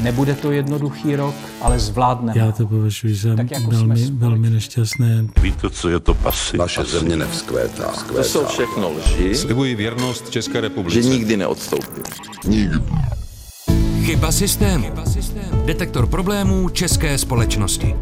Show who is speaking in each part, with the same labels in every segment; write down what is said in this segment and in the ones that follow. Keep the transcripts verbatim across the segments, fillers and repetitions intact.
Speaker 1: Nebude to jednoduchý rok, ale zvládneme.
Speaker 2: Já to považuji za jako velmi, velmi nešťastné.
Speaker 3: Víte, co je to pasy?
Speaker 4: Naše země nevzkvétá.
Speaker 5: To jsou všechno lži.
Speaker 6: Slibuji věrnost České republice.
Speaker 5: Že nikdy neodstoupím.
Speaker 4: Nikdy.
Speaker 7: Chyba systému. Detektor problémů české společnosti.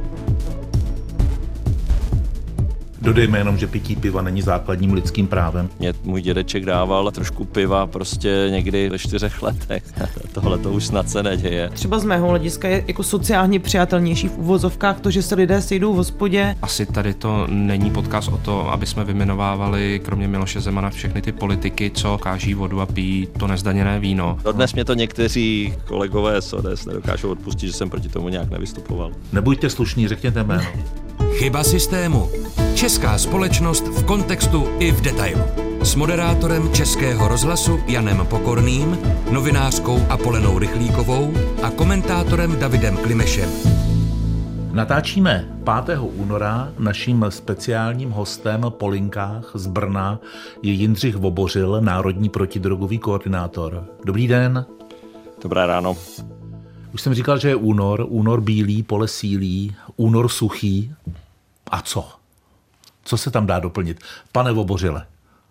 Speaker 8: Dodejme jenom, že pití piva není základním lidským právem.
Speaker 9: Mě můj dědeček dával trošku piva prostě někdy ve čtyřech letech. Tohle to už snad se neděje.
Speaker 10: Třeba z mého hlediska je jako sociálně přijatelnější v uvozovkách to, že se lidé sejdou v hospodě.
Speaker 11: Asi tady to není podcast o to, aby jsme vyjmenovávali kromě Miloše Zemana všechny ty politiky, co káží vodu a pijí to nezdaněné víno.
Speaker 9: Dodnes mě to někteří kolegové z O D S nedokážou odpustit, že jsem proti tomu nějak nevystupoval.
Speaker 8: Nebuďte slušní, řekněte jméno.
Speaker 7: Chyba systému. Česká společnost v kontextu i v detailu. S moderátorem Českého rozhlasu Janem Pokorným, novinářkou Apolenou Rychlíkovou a komentátorem Davidem Klimešem.
Speaker 8: Natáčíme pátého února. Naším speciálním hostem po linkách z Brna je Jindřich Vobořil, národní protidrogový koordinátor. Dobrý den.
Speaker 9: Dobré ráno.
Speaker 8: Už jsem říkal, že je únor, únor bílý, pole sílí, únor suchý. A co? Co se tam dá doplnit? Pane Vobořile.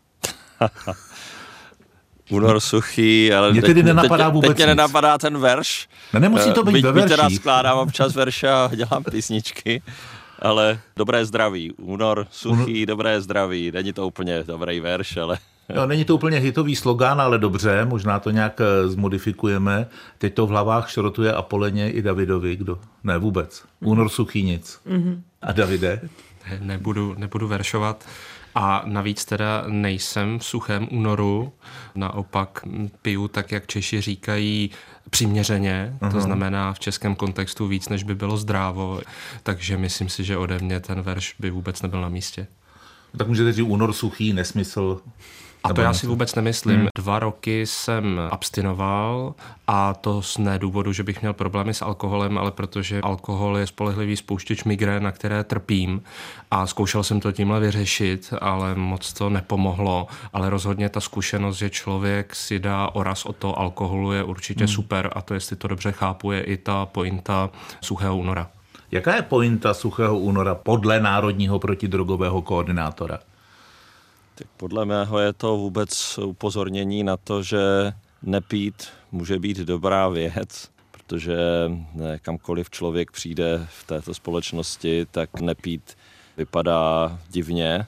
Speaker 9: Únor suchý, ale
Speaker 8: mě tedy nenapadá
Speaker 9: teď,
Speaker 8: vůbec
Speaker 9: teď mě nenapadá ten verš.
Speaker 8: No nemusí to být
Speaker 9: Byť,
Speaker 8: ve verších.
Speaker 9: Byť teda skládám občas verše a dělám písničky, ale dobré zdraví. Únor suchý, Únor... dobré zdraví. Není to úplně dobrý verš, ale...
Speaker 8: Jo, není to úplně hitový slogán, ale dobře, možná to nějak zmodifikujeme. Teď to v hlavách šrotuje Apoleně i Davidovi, kdo? Ne, vůbec. Únor suchý nic. Mm-hmm. A Davide?
Speaker 11: Nebudu, nebudu veršovat. A navíc teda nejsem v suchém únoru, naopak piju tak, jak Češi říkají, přiměřeně, uh-huh. To znamená v českém kontextu víc, než by bylo zdrávo, takže myslím si, že ode mě ten verš by vůbec nebyl na místě.
Speaker 8: Tak můžete říct únor suchý, nesmysl.
Speaker 11: A to já si vůbec nemyslím. Hmm. Dva roky jsem abstinoval a to z ne důvodu, že bych měl problémy s alkoholem, ale protože alkohol je spolehlivý spouštěč migrén, na které trpím a zkoušel jsem to tímhle vyřešit, ale moc to nepomohlo. Ale rozhodně ta zkušenost, že člověk si dá oraz od toho alkoholu je určitě hmm. super a to, jestli to dobře chápu, je i ta pointa suchého února.
Speaker 8: Jaká je pointa suchého února podle národního protidrogového koordinátora?
Speaker 9: Tak podle mého je to vůbec upozornění na to, že nepít může být dobrá věc, protože kamkoliv člověk přijde v této společnosti, tak nepít vypadá divně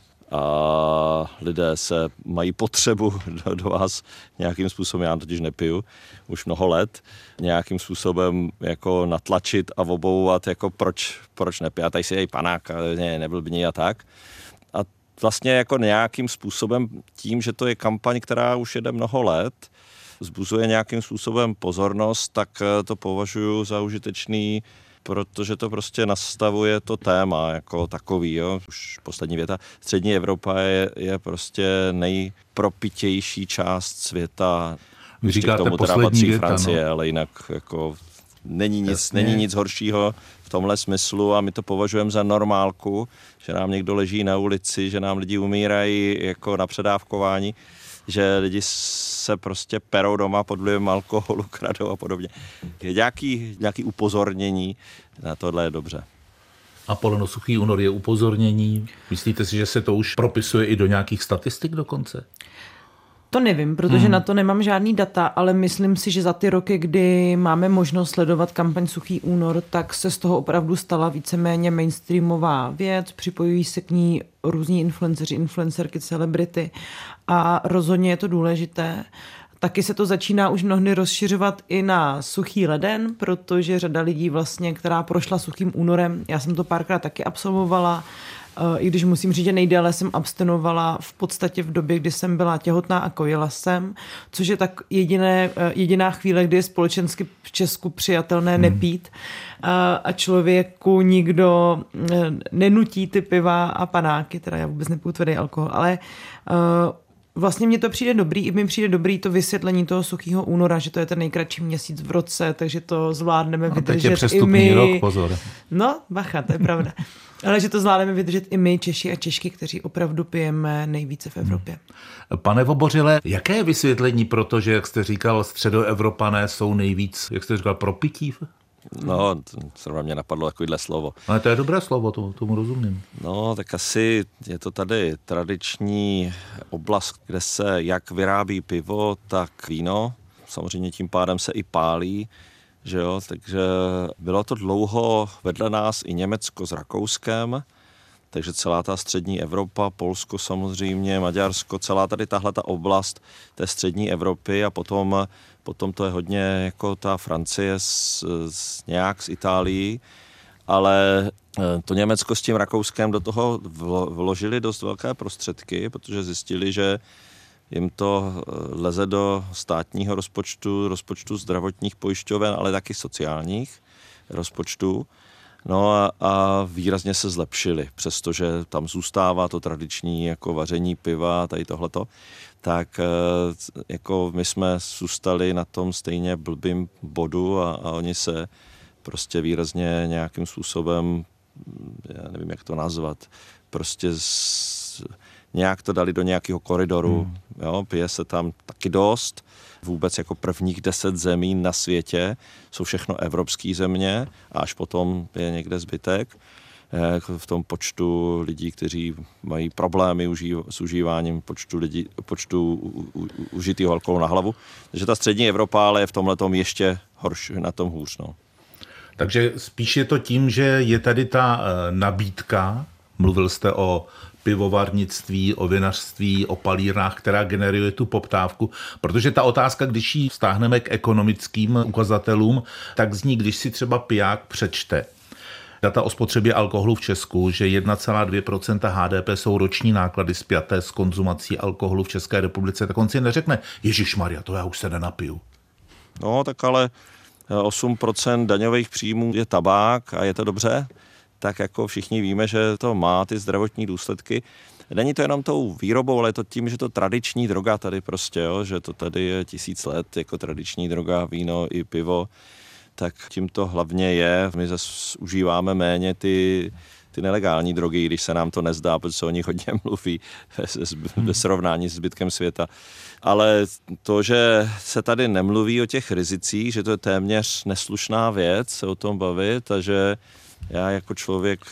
Speaker 9: a lidé se mají potřebu do, do vás nějakým způsobem, já totiž nepiju už mnoho let, nějakým způsobem jako natlačit a obouvat, jako proč, proč nepiju, a tady si jej panák, ne, neblbni a tak. A vlastně jako nějakým způsobem tím, že to je kampaň, která už jede mnoho let, vzbuzuje nějakým způsobem pozornost, tak to považuji za užitečný, protože to prostě nastavuje to téma jako takový. Jo. Už poslední věta. Střední Evropa je, je prostě nejpropitější část světa.
Speaker 8: Vy říkáte
Speaker 9: k tomu teda
Speaker 8: poslední
Speaker 9: patří
Speaker 8: věta,
Speaker 9: Francie,
Speaker 8: no.
Speaker 9: Ale jinak jako není nic, není nic horšího v tomhle smyslu a my to považujeme za normálku, že nám někdo leží na ulici, že nám lidi umírají jako na předávkování, že lidi se prostě perou doma pod vlivem alkoholu, kradou a podobně. Je nějaký, nějaký upozornění, na tohle je dobře.
Speaker 8: Apoleno suchý únor je upozornění. Myslíte si, že se to už propisuje i do nějakých statistik dokonce?
Speaker 10: To nevím, protože hmm. na to nemám žádný data, ale myslím si, že za ty roky, kdy máme možnost sledovat kampaň Suchý únor, tak se z toho opravdu stala víceméně mainstreamová věc, připojují se k ní různí influenceři, influencerky, celebrity a rozhodně je to důležité. Taky se to začíná už mnohdy rozšiřovat i na suchý leden, protože řada lidí vlastně, která prošla suchým únorem, já jsem to párkrát taky absolvovala, i když musím říct, že nejdéle jsem abstinovala v podstatě v době, kdy jsem byla těhotná a kojila jsem, což je tak jediné, jediná chvíle, kdy je společensky v Česku přijatelné hmm. nepít a člověku nikdo nenutí ty piva a panáky, teda já vůbec nepiju tvrdý alkohol, ale Vlastně mně to přijde dobrý, i mi přijde dobrý to vysvětlení toho suchého února, že to je ten nejkratší měsíc v roce, takže to zvládneme no, vydržet teď je
Speaker 8: přestupný
Speaker 10: i my.
Speaker 8: Rok, pozor.
Speaker 10: No, bacha, to je pravda. Ale že to zvládneme vydržet i my, Češi a Češky, kteří opravdu pijeme nejvíce v Evropě.
Speaker 8: Pane Vobořile, jaké je vysvětlení pro to, že, jak jste říkal, středoevropané jsou nejvíc, jak jste říkal, pro pití?
Speaker 9: No, zrovna mě napadlo takovýhle slovo.
Speaker 8: Ale to je dobré slovo, tomu, tomu rozumím.
Speaker 9: No, tak asi je to tady tradiční oblast, kde se jak vyrábí pivo, tak víno. Samozřejmě tím pádem se i pálí, že jo, takže bylo to dlouho vedle nás i Německo s Rakouskem, takže celá ta střední Evropa, Polsko samozřejmě, Maďarsko, celá tady tahle ta oblast té střední Evropy a potom, potom to je hodně jako ta Francie s, s nějak s Itálií, ale to Německo s tím Rakouskem do toho vložili dost velké prostředky, protože zjistili, že jim to leze do státního rozpočtu, rozpočtu zdravotních pojišťoven, ale taky sociálních rozpočtů. No a, a výrazně se zlepšili, přestože tam zůstává to tradiční jako vaření piva, tady tohleto, tak jako my jsme zůstali na tom stejně blbým bodu a, a oni se prostě výrazně nějakým způsobem, já nevím, jak to nazvat, prostě z, nějak to dali do nějakého koridoru, hmm. jo, pije se tam taky dost, vůbec jako prvních deset zemí na světě jsou všechno evropské země a až potom je někde zbytek v tom počtu lidí, kteří mají problémy s užíváním počtu, lidí, počtu užitého alkoholu na hlavu. Takže ta střední Evropa ale je v tomhletom ještě horší, na tom hůř. No.
Speaker 8: Takže spíš je to tím, že je tady ta nabídka, mluvil jste o pivovarnictví, o vinařství, o palírnách, která generuje tu poptávku, protože ta otázka, když ji vztáhneme k ekonomickým ukazatelům, tak zní, když si třeba piják přečte data o spotřebě alkoholu v Česku, že jedna celá dvě procenta H D P jsou roční náklady spjaté s konzumací alkoholu v České republice, tak on si neřekne, ježišmarja, to já už se nenapiju.
Speaker 9: No, tak ale osm procent daňových příjmů je tabák a je to dobře, tak jako všichni víme, že to má ty zdravotní důsledky. Není to jenom tou výrobou, ale je to tím, že to tradiční droga tady prostě, jo, že to tady je tisíc let jako tradiční droga, víno i pivo, tak tím to hlavně je. My zase užíváme méně ty, ty nelegální drogy, když se nám to nezdá, protože se o nich hodně mluví ve srovnání s zbytkem světa. Ale to, že se tady nemluví o těch rizicích, že to je téměř neslušná věc se o tom bavit a že já jako člověk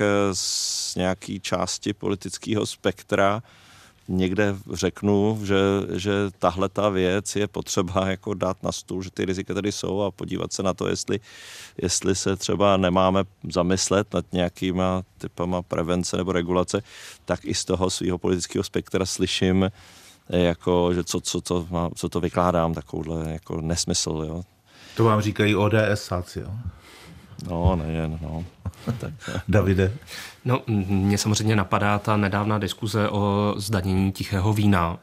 Speaker 9: z nějaký části politického spektra někde řeknu, že, že tahle ta věc je potřeba jako dát na stůl, že ty rizika tady jsou a podívat se na to, jestli, jestli se třeba nemáme zamyslet nad nějakýma typama prevence nebo regulace, tak i z toho svého politického spektra slyším, jako, že co, co, to, má, co to vykládám, takovouhle jako nesmysl. Jo.
Speaker 8: To vám říkají O D S sáci, jo?
Speaker 9: No, nejen, no. Tak.
Speaker 8: Davide?
Speaker 11: No, mě samozřejmě napadá ta nedávná diskuze o zdanění tichého vína,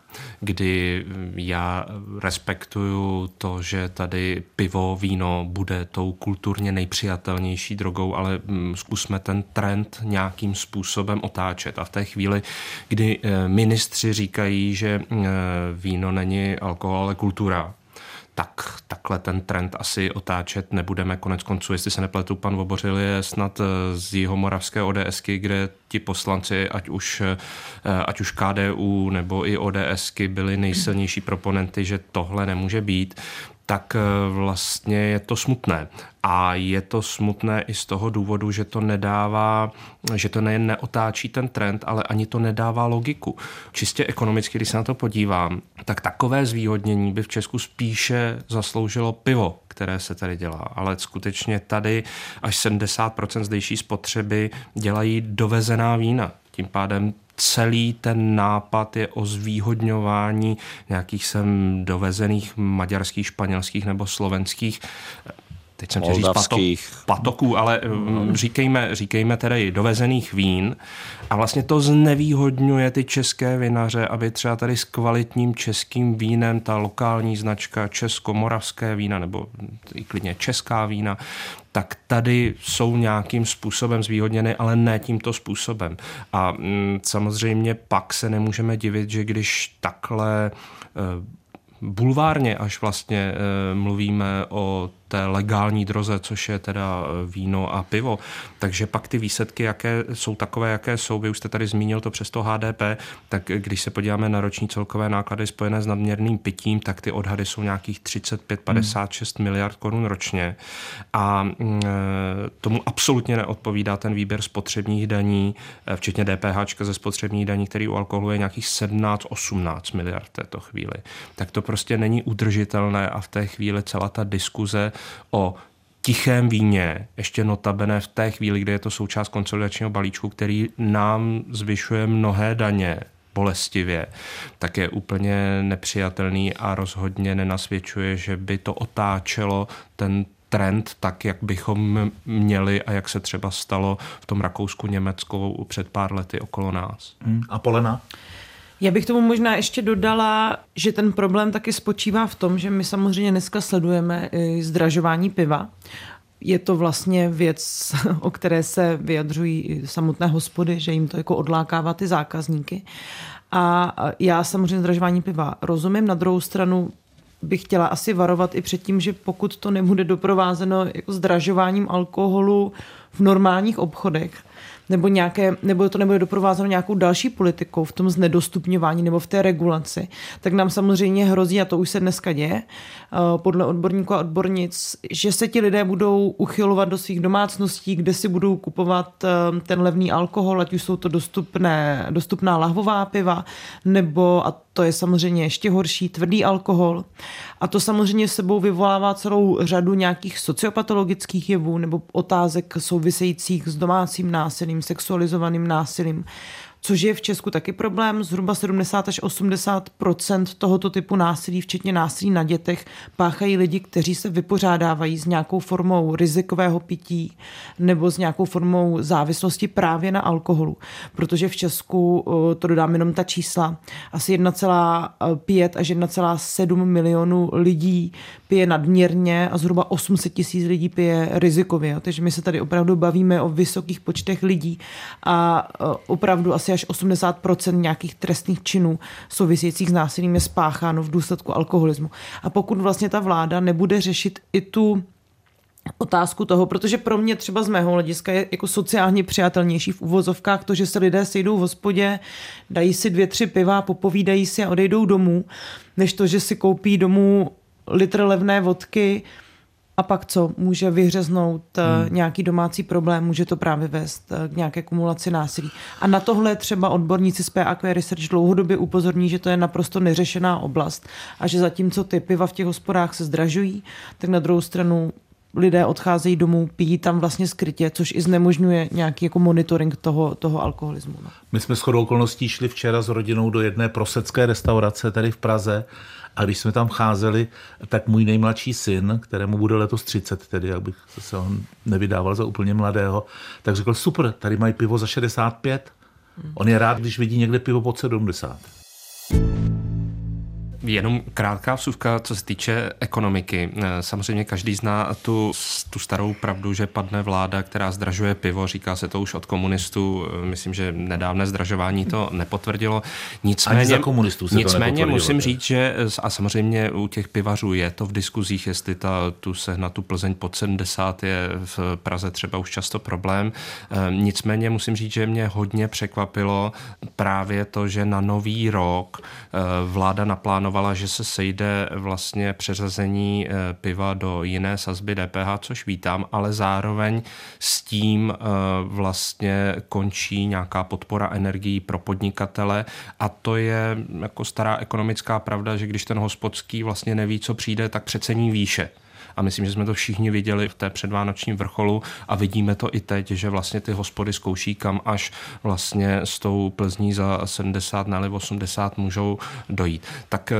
Speaker 11: kdy já respektuju to, že tady pivo, víno bude tou kulturně nejpřijatelnější drogou, ale zkusme ten trend nějakým způsobem otáčet. A v té chvíli, kdy ministři říkají, že víno není alkohol, ale kultura, tak takhle ten trend asi otáčet nebudeme. Konec konců, jestli se nepletu, pan Vobořil je snad z jihomoravské ODSky, kde ti poslanci, ať už, ať už K D U nebo i ODSky byli nejsilnější proponenty, že tohle nemůže být, tak vlastně je to smutné. A je to smutné i z toho důvodu, že to nedává, že to nejen neotáčí ten trend, ale ani to nedává logiku. Čistě ekonomicky, když se na to podívám, tak takové zvýhodnění by v Česku spíše zasloužilo pivo, které se tady dělá. Ale skutečně tady až sedmdesát procent zdejší spotřeby dělají dovezená vína. Tím pádem celý ten nápad je o zvýhodňování nějakých sem dovezených maďarských, španělských nebo slovenských teď jsem chtěl říct patok, patoků, ale mm. říkejme, říkejme tedy dovezených vín a vlastně to znevýhodňuje ty české vinaře, aby třeba tady s kvalitním českým vínem ta lokální značka českomoravské vína nebo i klidně česká vína, tak tady jsou nějakým způsobem zvýhodněny, ale ne tímto způsobem. A mm, samozřejmě pak se nemůžeme divit, že když takhle e, bulvárně až vlastně e, mluvíme o té legální droze, což je teda víno a pivo. Takže pak ty výsledky, jaké jsou takové, jaké jsou, vy už jste tady zmínil to přes to H D P, tak když se podíváme na roční celkové náklady spojené s nadměrným pitím, tak ty odhady jsou nějakých třicet pět padesát šest hmm. miliard korun ročně. A e, tomu absolutně neodpovídá ten výběr spotřebních daní, včetně D P H ze spotřebních daní, který u alkoholu je nějakých sedmnáct osmnáct miliard v této chvíli. Tak to prostě není udržitelné a v té chvíli celá ta diskuze o tichém víně, ještě notabene v té chvíli, kdy je to součást konsolidačního balíčku, který nám zvyšuje mnohé daně bolestivě, tak je úplně nepřijatelný a rozhodně nenasvědčuje, že by to otáčelo ten trend tak, jak bychom měli a jak se třeba stalo v tom Rakousku, Německu před pár lety okolo nás.
Speaker 8: Hmm. A Polena?
Speaker 10: Já bych tomu možná ještě dodala, že ten problém taky spočívá v tom, že my samozřejmě dneska sledujeme zdražování piva. Je to vlastně věc, o které se vyjadřují i samotné hospody, že jim to jako odlákává ty zákazníky. A já samozřejmě zdražování piva rozumím. Na druhou stranu bych chtěla asi varovat i před tím, že pokud to nebude doprovázeno jako zdražováním alkoholu v normálních obchodech, nebo, nějaké, nebo to nebude doprovázeno nějakou další politikou v tom znedostupňování nebo v té regulaci, tak nám samozřejmě hrozí, a to už se dneska děje, podle odborníků a odbornic, že se ti lidé budou uchylovat do svých domácností, kde si budou kupovat ten levný alkohol, ať už jsou to dostupné, dostupná lahvová piva, nebo, a to je samozřejmě ještě horší, tvrdý alkohol. A to samozřejmě sebou vyvolává celou řadu nějakých sociopatologických jevů nebo otázek souvisejících s domácím násilím, sexualizovaným násilím, což je v Česku taky problém. Zhruba sedmdesát až osmdesát procent tohoto typu násilí, včetně násilí na dětech, páchají lidi, kteří se vypořádávají s nějakou formou rizikového pití nebo s nějakou formou závislosti právě na alkoholu. Protože v Česku, to dodám jenom ta čísla, asi jedna celá pět až jedna celá sedm milionů lidí pije nadměrně a zhruba osm set tisíc lidí pije rizikově. Takže my se tady opravdu bavíme o vysokých počtech lidí a opravdu asi až osmdesát procent nějakých trestných činů souvisejících s násilím je spácháno v důsledku alkoholismu. A pokud vlastně ta vláda nebude řešit i tu otázku toho, protože pro mě třeba z mého hlediska je jako sociálně přijatelnější v uvozovkách to, že se lidé sejdou v hospodě, dají si dvě, tři piva, popovídají si a odejdou domů, než to, že si koupí domů litr levné vodky a pak co? Může vyhřeznout hmm. nějaký domácí problém, může to právě vést k nějaké kumulaci násilí. A na tohle třeba odborníci z P A Q Research dlouhodobě upozorní, že to je naprosto neřešená oblast a že zatímco ty piva v těch hospodách se zdražují, tak na druhou stranu lidé odcházejí domů, pijí tam vlastně skrytě, což i znemožňuje nějaký jako monitoring toho, toho alkoholismu. No.
Speaker 8: My jsme shodou okolností šli včera s rodinou do jedné prosecké restaurace tady v Praze a když jsme tam cházeli, tak můj nejmladší syn, kterému bude letos třicet, tedy abych se on nevydával za úplně mladého, tak řekl, super, tady mají pivo za šedesát pět. Hmm. On je rád, když vidí někde pivo pod sedmdesát.
Speaker 11: Jenom krátká vsuvka, co se týče ekonomiky. Samozřejmě každý zná tu, tu starou pravdu, že padne vláda, která zdražuje pivo. Říká se to už od komunistů. Myslím, že nedávné zdražování to nepotvrdilo. Nicméně,
Speaker 8: Ani za komunistů se
Speaker 11: nicméně
Speaker 8: to
Speaker 11: musím říct, že a samozřejmě u těch pivařů je to v diskuzích, jestli ta, tu sehnat tu Plzeň pod sedmdesát je v Praze třeba už často problém. Nicméně musím říct, že mě hodně překvapilo právě to, že na nový rok vláda naplánovala, že se sejde vlastně přeřazení piva do jiné sazby D P H, což vítám, ale zároveň s tím vlastně končí nějaká podpora energií pro podnikatele a to je jako stará ekonomická pravda, že když ten hospodský vlastně neví, co přijde, tak přecení výše. A myslím, že jsme to všichni viděli v té předvánočním vrcholu a vidíme to i teď, že vlastně ty hospody zkouší, kam až vlastně s tou Plzní za sedmdesát, ne osmdesát můžou dojít. Tak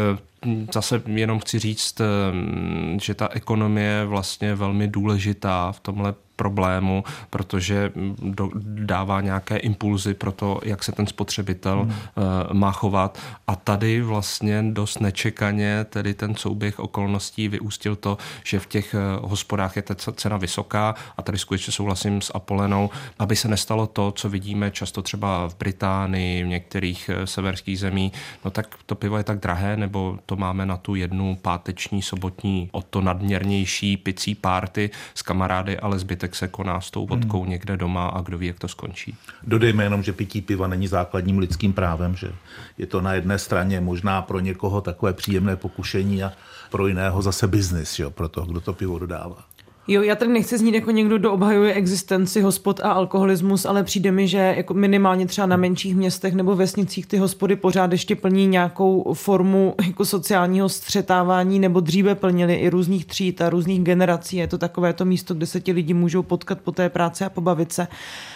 Speaker 11: zase jenom chci říct, že ta ekonomie je vlastně velmi důležitá v tomhle problému, protože do, dává nějaké impulzy pro to, jak se ten spotřebitel hmm. uh, má chovat. A tady vlastně dost nečekaně tedy ten souběh okolností vyústil to, že v těch uh, hospodách je ta cena vysoká a tady skutečně souhlasím s Apolenou, aby se nestalo to, co vidíme často třeba v Británii, v některých uh, severských zemí, no tak to pivo je tak drahé, nebo to máme na tu jednu páteční, sobotní, o to nadměrnější picí párty s kamarády, ale zbytek se koná s tou vodkou hmm. někde doma a kdo ví, jak to skončí.
Speaker 8: Dodejme jenom, že pití piva není základním lidským právem, že je to na jedné straně možná pro někoho takové příjemné pokušení a pro jiného zase biznis, jo, pro toho, kdo to pivo dodává.
Speaker 10: Jo, já tady nechci znít jako někdo, kdo obhajuje existenci hospod a alkoholismus, ale přijde mi, že jako minimálně třeba na menších městech nebo vesnicích ty hospody pořád ještě plní nějakou formu jako sociálního střetávání, nebo dříve plnili i různých tříd a různých generací. Je to takové to místo, kde se ti lidi můžou potkat po té práci a pobavit se.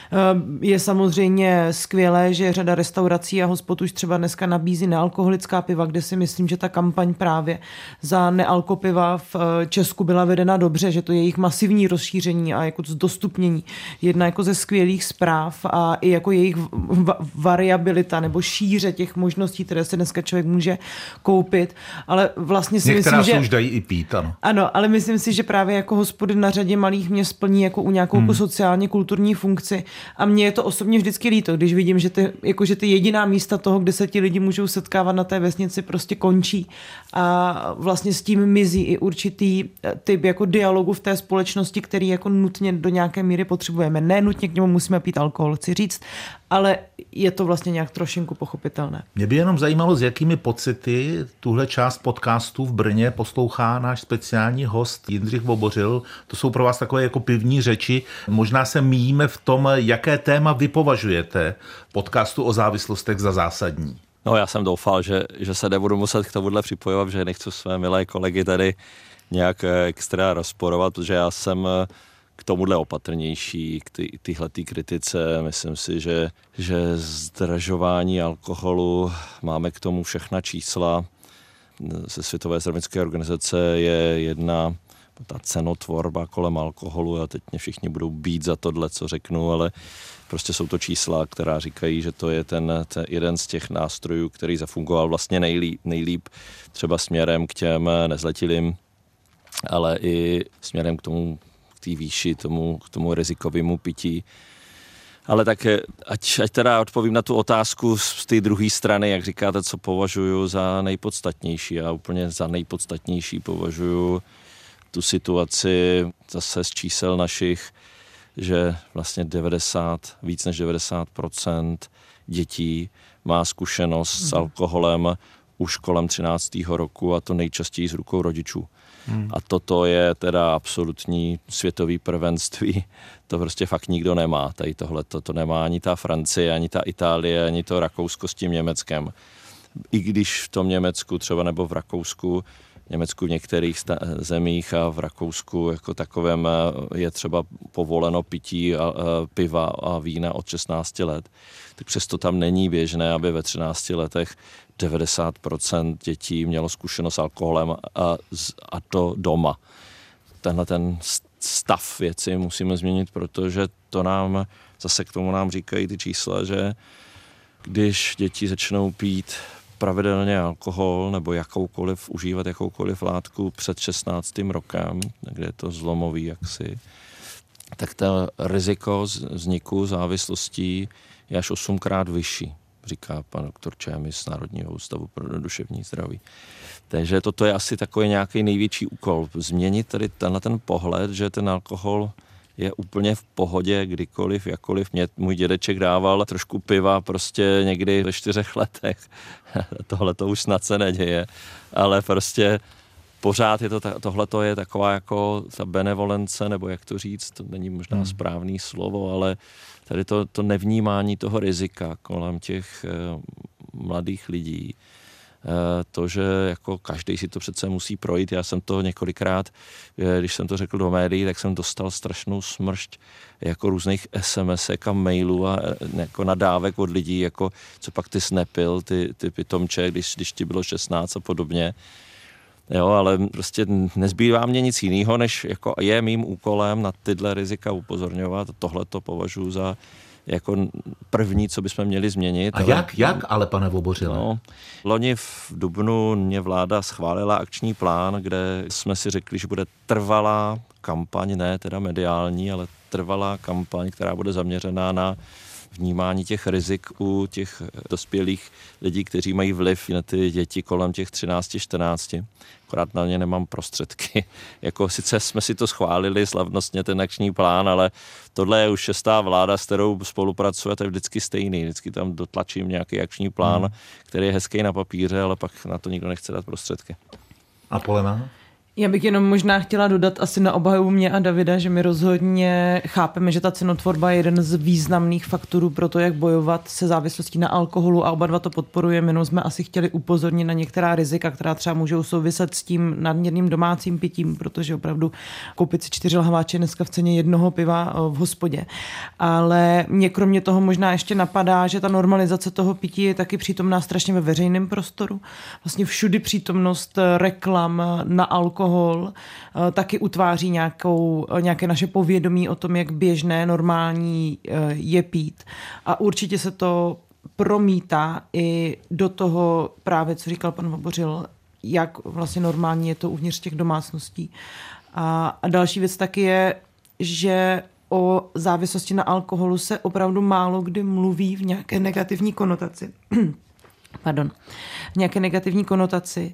Speaker 10: Je samozřejmě skvělé, že řada restaurací a hospod už třeba dneska nabízí nealkoholická piva, kde si myslím, že ta kampaň právě za nealkopiva v Česku byla vedena dobře, že to je jejich masivní rozšíření a jako zdostupnění. Jedna jako ze skvělých zpráv a i jako jejich va- variabilita nebo šíře těch možností, které se dneska člověk může koupit. Ale vlastně si
Speaker 8: Některá
Speaker 10: myslím, že...
Speaker 8: už dají i pít, ano.
Speaker 10: Ano, ale myslím si, že právě jako hospody na řadě malých měst splní jako u nějakou hmm. sociálně kulturní funkci. A mně je to osobně vždycky líto, když vidím, že ty, jako, že ty jediná místa toho, kde se ti lidi můžou setkávat na té vesnici, prostě končí. A vlastně s tím mizí i určitý typ jako dialogu v té společnosti, který jako nutně do nějaké míry potřebujeme. Ne nutně k němu musíme pít alkohol, chci říct, ale je to vlastně nějak trošinku pochopitelné.
Speaker 8: Mě by jenom zajímalo, s jakými pocity tuhle část podcastu v Brně poslouchá náš speciální host Jindřich Vobořil. To jsou pro vás takové jako pivní řeči. Možná se míjíme v tom, jaké téma vy považujete v podcastu o závislostech za zásadní.
Speaker 9: No, já jsem doufal, že, že se nebudu muset k tomuhle připojovat, že nechci své milé kolegy tady nějak extra rozporovat, protože já jsem k tomuhle opatrnější, k ty, tyhletý kritice. Myslím si, že, že zdražování alkoholu, máme k tomu všechna čísla. Ze Světové zdravotnické organizace je jedna ta cenotvorba kolem alkoholu a teď mě všichni budou bít za tohle, co řeknu, ale prostě jsou to čísla, která říkají, že to je ten, ten jeden z těch nástrojů, který zafungoval vlastně nejlíp, nejlíp třeba směrem k těm nezletilým, ale i směrem k tomu, k té výši, tomu, k tomu rizikovému pití. Ale tak ať, ať teda odpovím na tu otázku z té druhé strany, jak říkáte, co považuji za nejpodstatnější. Já úplně za nejpodstatnější považuji tu situaci zase z čísel našich, že vlastně devadesát, víc než devadesát procent dětí má zkušenost mm. s alkoholem už kolem třináctého roku a to nejčastěji s rukou rodičů. Hmm. A toto je teda absolutní světový prvenství. To prostě fakt nikdo nemá. Tady tohle to nemá ani ta Francie, ani ta Itálie, ani to Rakousko s tím Německem. I když v tom Německu třeba nebo v Rakousku, v Německu v některých zemích a v Rakousku jako takovém je třeba povoleno pití a, a piva a vína od šestnácti let, tak přesto tam není běžné, aby ve třinácti letech devadesát procent dětí mělo zkušenost s alkoholem a, a to doma. Tenhle ten stav věci musíme změnit, protože to nám, zase k tomu nám říkají ty čísla, že když děti začnou pít pravidelně alkohol nebo jakoukoliv, užívat jakoukoliv látku před šestnáctým rokem, kde je to zlomový jaksi, tak to riziko vzniku závislostí je až osmkrát vyšší, říká pan doktor Čémy z Národního ústavu pro duševní zdraví. Takže toto je asi takový nějaký největší úkol. Změnit tady tenhle ten pohled, že ten alkohol je úplně v pohodě, kdykoliv, jakkoliv. Mě můj dědeček dával trošku piva prostě někdy ve čtyřech letech. Tohle to už snad se neděje, ale prostě pořád je to, tohle to je taková jako ta benevolence, nebo jak to říct, to není možná hmm. správný slovo, ale tady to, to nevnímání toho rizika kolem těch uh, mladých lidí to, že jako každý si to přece musí projít. Já jsem to několikrát, když jsem to řekl do médií, tak jsem dostal strašnou smršť jako různých SMSek a mailů a jako nadávek od lidí, jako co pak ty snepil, ty, ty pitomče, když, když ti bylo šestnáct a podobně. Jo, ale prostě nezbývá mě nic jiného, než jako je mým úkolem na tyhle rizika upozorňovat. Tohle to považuji za jako první, co bychom měli změnit.
Speaker 8: A
Speaker 9: ale,
Speaker 8: jak, jak ale, pane Vobořile?
Speaker 9: No, loni v dubnu mě vláda schválila akční plán, kde jsme si řekli, že bude trvalá kampaň, ne teda mediální, ale trvalá kampaň, která bude zaměřená na vnímání těch rizik u těch dospělých lidí, kteří mají vliv na ty děti kolem těch třináct čtrnáct. Akorát na ně nemám prostředky. Jako sice jsme si to schválili slavnostně, ten akční plán, ale tohle je už šestá vláda, s kterou spolupracuje, to je vždycky stejný. Vždycky tam dotlačím nějaký akční plán, hmm. který je hezký na papíře, ale pak na to nikdo nechce dát prostředky.
Speaker 8: A Polena?
Speaker 10: Já bych jenom možná chtěla dodat asi na obhajobu mě a Davida, že my rozhodně chápeme, že ta cenotvorba je jeden z významných faktorů pro to, jak bojovat se závislostí na alkoholu a oba dva to podporujeme, jenom jsme asi chtěli upozornit na některá rizika, která třeba můžou souviset s tím nadměrným domácím pitím, protože opravdu koupit si čtyři lahváče dneska v ceně jednoho piva v hospodě. Ale mě kromě toho možná ještě napadá, že ta normalizace toho pití je taky přítomná strašně ve veřejném prostoru. Vlastně všudy přítomnost reklam na alkohol taky utváří nějakou, nějaké naše povědomí o tom, jak běžné, normální je pít. A určitě se to promítá i do toho právě, co říkal pan Vobořil, jak vlastně normální je to uvnitř těch domácností. A, a další věc taky je, že o závislosti na alkoholu se opravdu málo kdy mluví v nějaké negativní konotaci. Pardon, nějaké negativní konotaci.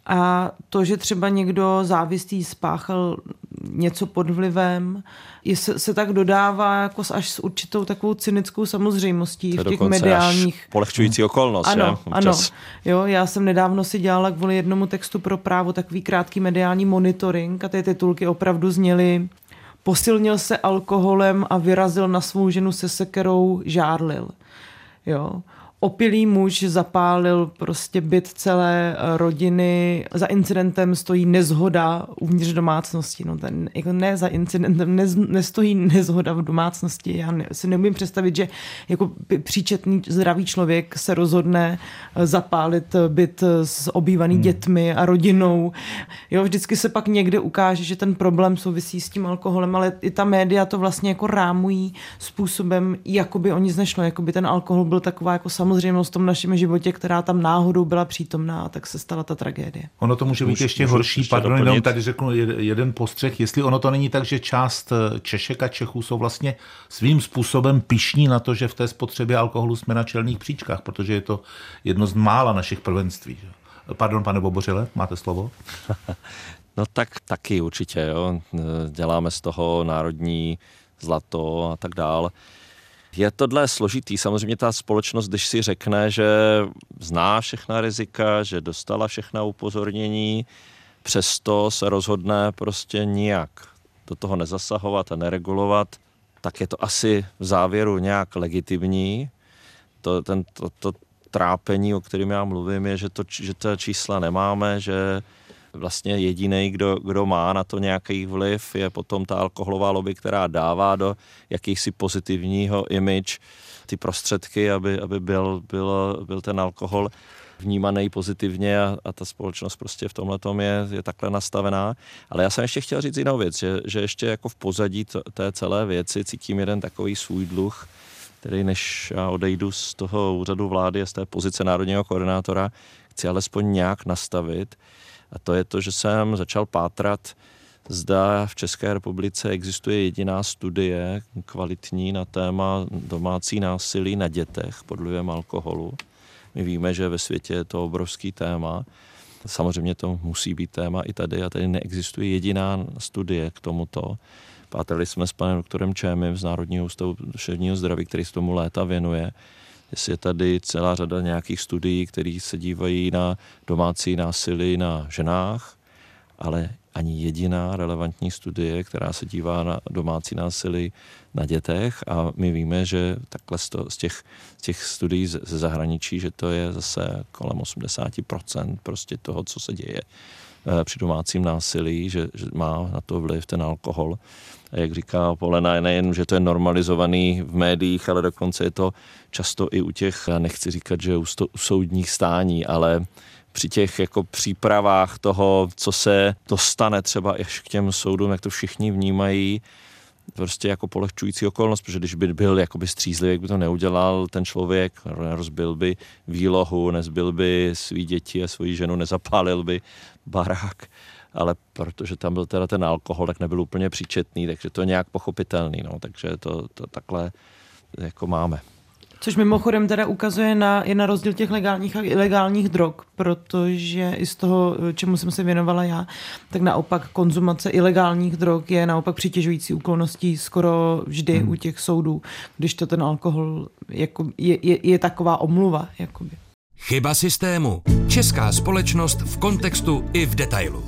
Speaker 10: A to, že třeba někdo závislý spáchal něco pod vlivem, je, se, se tak dodává jako až s určitou takovou cynickou samozřejmostí v těch mediálních.
Speaker 9: Polehčující okolnost.
Speaker 10: Ano,
Speaker 9: že?
Speaker 10: ano. Jo, já jsem nedávno si dělala kvůli jednomu textu pro Právo takový krátký mediální monitoring a ty titulky opravdu zněly: posilnil se alkoholem a vyrazil na svou ženu se sekerou, žárlil. Jo. Opilý muž zapálil prostě byt celé rodiny, za incidentem stojí nezhoda uvnitř domácnosti. No ten, jako ne za incidentem ne, nestojí nezhoda v domácnosti. Já ne, si neumím představit, že jako příčetný zdravý člověk se rozhodne zapálit byt s obývaný hmm. dětmi a rodinou. Jo, vždycky se pak někde ukáže, že ten problém souvisí s tím alkoholem, ale i ta média to vlastně jako rámují způsobem, jako by o nic nešlo, jako by ten alkohol byl taková jako samozřejmost v tom našem životě, která tam náhodou byla přítomná, a tak se stala ta tragédie.
Speaker 8: Ono to může být můžu, ještě můžu horší. Ještě Pardon, jenom tady řeknu jeden postřeh. Jestli ono to není tak, že část Češek a Čechů jsou vlastně svým způsobem pyšní na to, že v té spotřebě alkoholu jsme na čelných příčkách, protože je to jedno z mála našich prvenství. Pardon, pane Vobořile, máte slovo?
Speaker 9: No tak taky určitě, jo. Děláme z toho národní zlato a tak dále. Je tohle složitý. Samozřejmě ta společnost, když si řekne, že zná všechna rizika, že dostala všechna upozornění, přesto se rozhodne prostě nijak do toho nezasahovat a neregulovat, tak je to asi v závěru nějak legitimní. To, ten, to, to trápení, o kterém já mluvím, je, že, to, že ta čísla nemáme, že vlastně jediný, kdo, kdo má na to nějaký vliv, je potom ta alkoholová lobby, která dává do jakýchsi pozitivního image ty prostředky, aby, aby byl, byl, byl ten alkohol vnímaný pozitivně a, a ta společnost prostě v tomhletom je, je takhle nastavená. Ale já jsem ještě chtěl říct jinou věc, že, že ještě jako v pozadí to, té celé věci cítím jeden takový svůj dluh, který než já odejdu z toho úřadu vlády a z té pozice národního koordinátora, chci alespoň nějak nastavit. A to je to, že jsem začal pátrat, zda v České republice existuje jediná studie kvalitní na téma domácí násilí na dětech pod vlivem alkoholu. My víme, že ve světě je to obrovský téma. Samozřejmě to musí být téma i tady a tady neexistuje jediná studie k tomuto. Pátrali jsme s panem doktorem Čémym z Národního ústavu duševního zdraví, který se tomu léta věnuje. Jestli je tady celá řada nějakých studií, které se dívají na domácí násilí na ženách, ale ani jediná relevantní studie, která se dívá na domácí násilí na dětech a my víme, že takhle z, to, z, těch, z těch studií ze zahraničí, že to je zase kolem osmdesát procent prostě toho, co se děje při domácím násilí, že, že má na to vliv ten alkohol. A jak říká Polena, nejen, že to je normalizovaný v médiích, ale dokonce je to často i u těch, já nechci říkat, že u, sto, u soudních stání, ale při těch jako přípravách toho, co se dostane třeba až k těm soudům, jak to všichni vnímají, prostě jako polehčující okolnost, protože když by byl jakoby střízlivý, jak by to neudělal ten člověk, rozbil by výlohu, nezbil by svý děti a svoji ženu, nezapálil by barák, ale protože tam byl teda ten alkohol, tak nebyl úplně příčetný, takže to je nějak pochopitelný, no, takže to, to takhle jako máme.
Speaker 10: Což mimochodem teda ukazuje na, je na rozdíl těch legálních a ilegálních drog, protože i z toho, čemu jsem se věnovala já, tak naopak konzumace ilegálních drog je naopak přitěžující okolností skoro vždy hmm. u těch soudů, když to ten alkohol jako je, je, je taková omluva. Jakoby.
Speaker 7: Chyba systému. Česká společnost v kontextu i v detailu.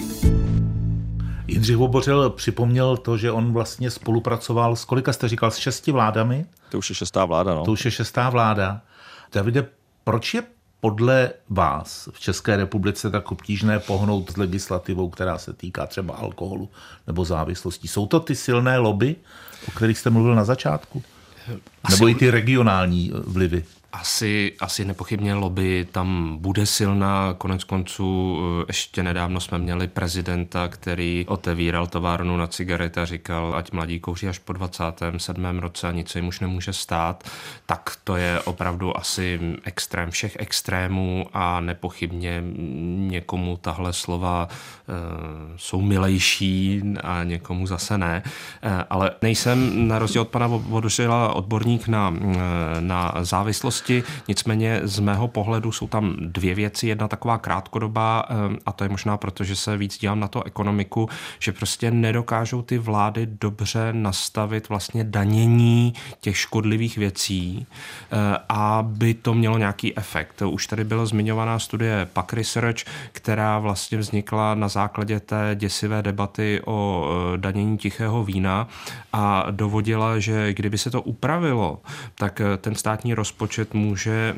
Speaker 8: Jindřich Vobořil připomněl to, že on vlastně spolupracoval s kolika jste říkal, s šesti vládami?
Speaker 9: To už je šestá vláda, no.
Speaker 8: To už je šestá vláda. Davide, proč je podle vás v České republice tak obtížné pohnout s legislativou, která se týká třeba alkoholu nebo závislostí? Jsou to ty silné lobby, o kterých jste mluvil na začátku? Asi... Nebo i ty regionální vlivy?
Speaker 11: Asi, asi nepochybně lobby tam bude silná. Konec konců ještě nedávno jsme měli prezidenta, který otevíral továrnu na cigarety a říkal, ať mladí kouří až po dvacátém sedmém roce a nic se jim už nemůže stát. Tak to je opravdu asi extrém všech extrémů a nepochybně někomu tahle slova e, jsou milejší a někomu zase ne. E, ale nejsem na rozdíl od pana Vobořila odborník na, na závislost. Nicméně z mého pohledu jsou tam dvě věci. Jedna taková krátkodobá a to je možná proto, že se víc dívám na to ekonomiku, že prostě nedokážou ty vlády dobře nastavit vlastně danění těch škodlivých věcí, aby to mělo nějaký efekt. Už tady byla zmiňovaná studie Pack Research, která vlastně vznikla na základě té děsivé debaty o danění tichého vína a dovodila, že kdyby se to upravilo, tak ten státní rozpočet může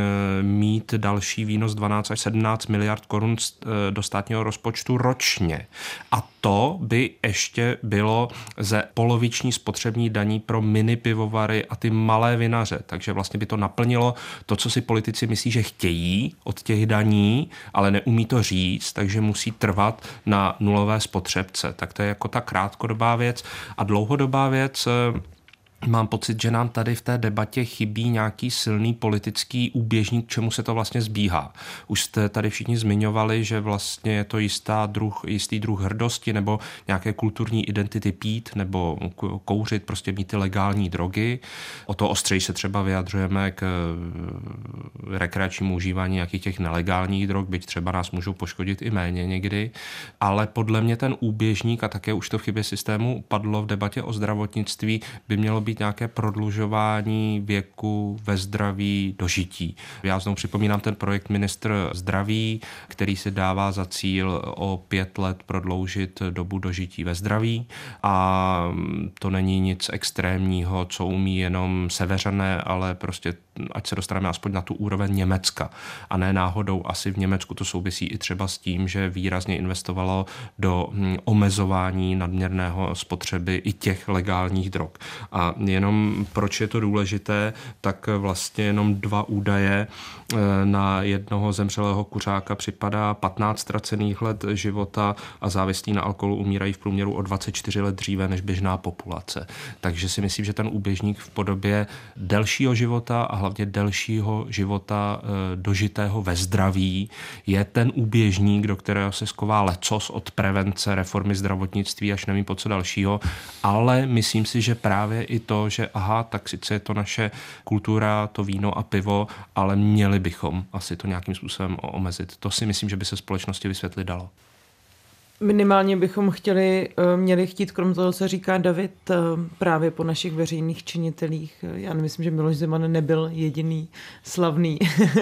Speaker 11: mít další výnos dvanáct až sedmnáct miliard korun do státního rozpočtu ročně. A to by ještě bylo ze poloviční spotřební daní pro mini pivovary a ty malé vinaře. Takže vlastně by to naplnilo to, co si politici myslí, že chtějí od těch daní, ale neumí to říct, takže musí trvat na nulové spotřebce. Tak to je jako ta krátkodobá věc. A dlouhodobá věc... Mám pocit, že nám tady v té debatě chybí nějaký silný politický úběžník, k čemu se to vlastně zbíhá. Už jste tady všichni zmiňovali, že vlastně je to jistá druh, jistý druh hrdosti nebo nějaké kulturní identity pít nebo kouřit, prostě mít ty legální drogy. O to ostřeji se třeba vyjadřujeme k rekreačnímu užívání nějakých těch nelegálních drog, byť třeba nás můžou poškodit i méně někdy. Ale podle mě ten úběžník, a také už to v chybě systému padlo v debatě o zdravotnictví, by mělo být nějaké prodlužování věku ve zdraví dožití. Já znovu připomínám ten projekt Ministr zdraví, který si dává za cíl o pět let prodloužit dobu dožití ve zdraví a to není nic extrémního, co umí jenom Seveřané, ale prostě ať se dostaneme aspoň na tu úroveň Německa. A ne náhodou asi v Německu to souvisí i třeba s tím, že výrazně investovalo do omezování nadměrného spotřeby i těch legálních drog. A jenom proč je to důležité, tak vlastně jenom dva údaje. Na jednoho zemřelého kuřáka připadá patnáct ztracených let života a závislí na alkoholu umírají v průměru o dvacet čtyři let dříve než běžná populace. Takže si myslím, že ten úběžník v podobě delšího života a hlavně delšího života dožitého ve zdraví je ten úběžník, do kterého se sková lecos od prevence, reformy zdravotnictví až nevím po co dalšího, ale myslím si, že právě i to, že aha, tak sice je to naše kultura, to víno a pivo, ale měli bychom asi to nějakým způsobem omezit. To si myslím, že by se společnosti vysvětlit dalo.
Speaker 10: Minimálně bychom chtěli, měli chtít, krom toho, co říká David, právě po našich veřejných činitelích. Já nemyslím, že Miloš Zeman nebyl jediný slavný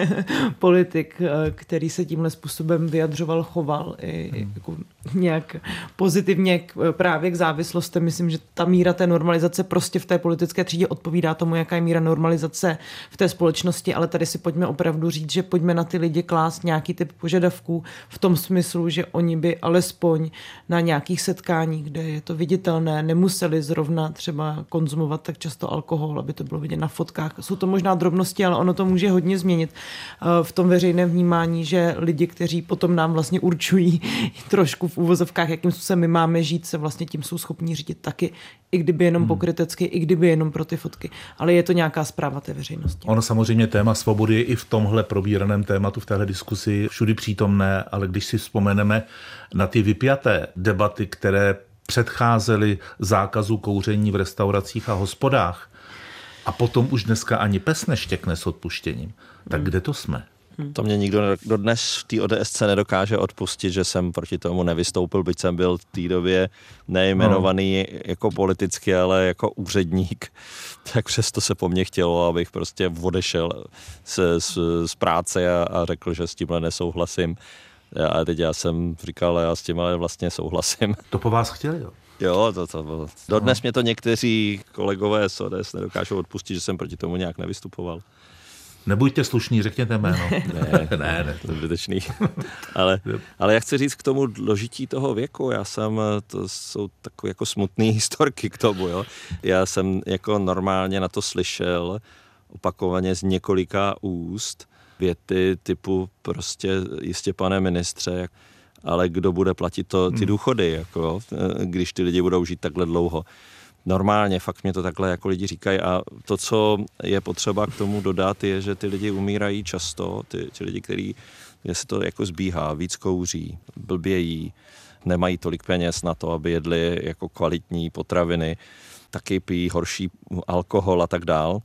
Speaker 10: politik, který se tímhle způsobem vyjadřoval, choval i hmm. jako nějak pozitivně k, právě k závislostem. Myslím, že ta míra té normalizace prostě v té politické třídě odpovídá tomu, jaká je míra normalizace v té společnosti, ale tady si pojďme opravdu říct, že pojďme na ty lidi klást nějaký typ požadavků v tom smyslu, že oni by alespoň na nějakých setkáních, kde je to viditelné, nemuseli zrovna třeba konzumovat tak často alkohol, aby to bylo vidět na fotkách. Jsou to možná drobnosti, ale ono to může hodně změnit v tom veřejném vnímání, že lidi, kteří potom nám vlastně určují trošku v úvozovkách, jakým způsobem my máme žít, se vlastně tím jsou schopní řídit taky, i kdyby jenom hmm. pokrytecky, i kdyby jenom pro ty fotky. Ale je to nějaká zpráva té veřejnosti.
Speaker 8: Ono samozřejmě téma svobody je i v tomhle probíraném tématu, v téhle diskusi všudy přítomné, ale když si vzpomeneme na ty vypjaté debaty, které předcházely zákazu kouření v restauracích a hospodách a potom už dneska ani pes neštěkne s odpuštěním, tak hmm. kde to jsme?
Speaker 9: To mě nikdo dodnes v té O D S C nedokáže odpustit, že jsem proti tomu nevystoupil, byť jsem byl v té době nejmenovaný no. jako politicky, ale jako úředník. Tak přesto se po mně chtělo, abych prostě odešel z, z, z práce a, a řekl, že s tímhle nesouhlasím. A teď já jsem říkal, já s tím ale vlastně souhlasím.
Speaker 8: To po vás chtěli, jo?
Speaker 9: Jo, to, to bylo. Dodnes mě to někteří kolegové z O D S nedokážou odpustit, že jsem proti tomu nějak nevystupoval.
Speaker 8: Nebuďte slušný, řekněte jméno.
Speaker 9: Ne, ne, ne, to je zbytečný. ale, ale já chci říct k tomu dožití toho věku, já jsem, to jsou takové jako smutné historky k tomu, jo. Já jsem jako normálně na to slyšel opakovaně z několika úst věty typu prostě jistě pane ministře, ale kdo bude platit to, ty důchody, jako, když ty lidi budou žít takhle dlouho. Normálně, fakt mě to takhle jako lidi říkají a to, co je potřeba k tomu dodat, je, že ty lidi umírají často, ty, ty lidi, který, kde se to jako zbíhá, víc kouří, blbějí, nemají tolik peněz na to, aby jedli jako kvalitní potraviny, taky pijí horší alkohol a tak dál,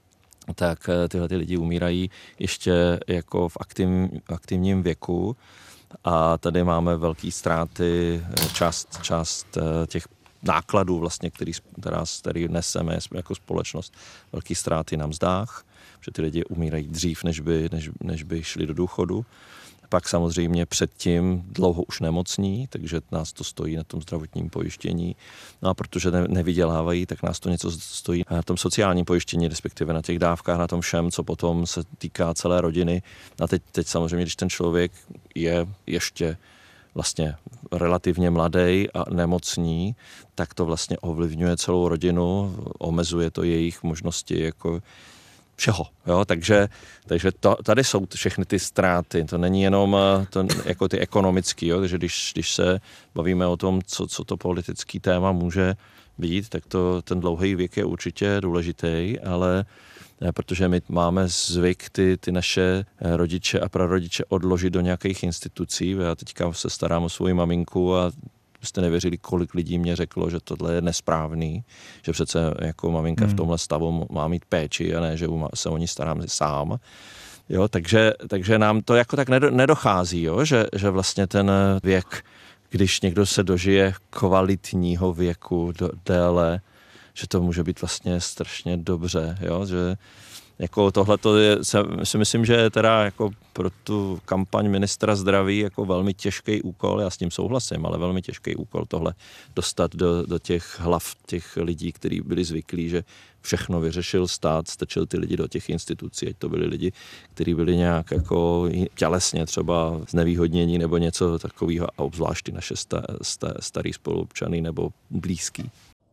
Speaker 9: tak tyhle ty lidi umírají ještě jako v aktiv, aktivním věku a tady máme velké ztráty, část, část těch nákladů, vlastně, který, která, který neseme jako společnost, velký ztráty na mzdách, že ty lidi umírají dřív, než by, než, než by šli do důchodu. Pak samozřejmě předtím dlouho už nemocní, takže nás to stojí na tom zdravotním pojištění. No a protože ne, nevydělávají, tak nás to něco stojí na tom sociálním pojištění, respektive na těch dávkách, na tom všem, co potom se týká celé rodiny. A teď, teď samozřejmě, když ten člověk je ještě vlastně relativně mladý a nemocný, tak to vlastně ovlivňuje celou rodinu, omezuje to jejich možnosti jako všeho. Jo? Takže, takže to, tady jsou všechny ty ztráty. To není jenom to, jako ty ekonomický, jo? Takže když, když se bavíme o tom, co, co to politický téma může být, tak to, ten dlouhý věk je určitě důležitý, ale protože my máme zvyk ty, ty naše rodiče a prarodiče odložit do nějakých institucí. Já teďka se starám o svou maminku a jste nevěřili, kolik lidí mě řeklo, že tohle je nesprávný, že přece jako maminka hmm. v tomhle stavu má mít péči a ne, že se o ní starám sám. Jo, takže, takže nám to jako tak nedochází, jo, že, že vlastně ten věk, když někdo se dožije kvalitního věku do, déle, že to může být vlastně strašně dobře, jo, že jako tohle to je, si myslím, že je teda jako pro tu kampaň ministra zdraví jako velmi těžký úkol, já s tím souhlasím, ale velmi těžký úkol tohle dostat do, do těch hlav těch lidí, kteří byli zvyklí, že všechno vyřešil stát, stačil ty lidi do těch institucí, ať to byli lidi, kteří byli nějak jako tělesně třeba znevýhodnění nebo něco takového, a obzvlášť ty naše sta, sta, starý spoluobčany nebo blízký.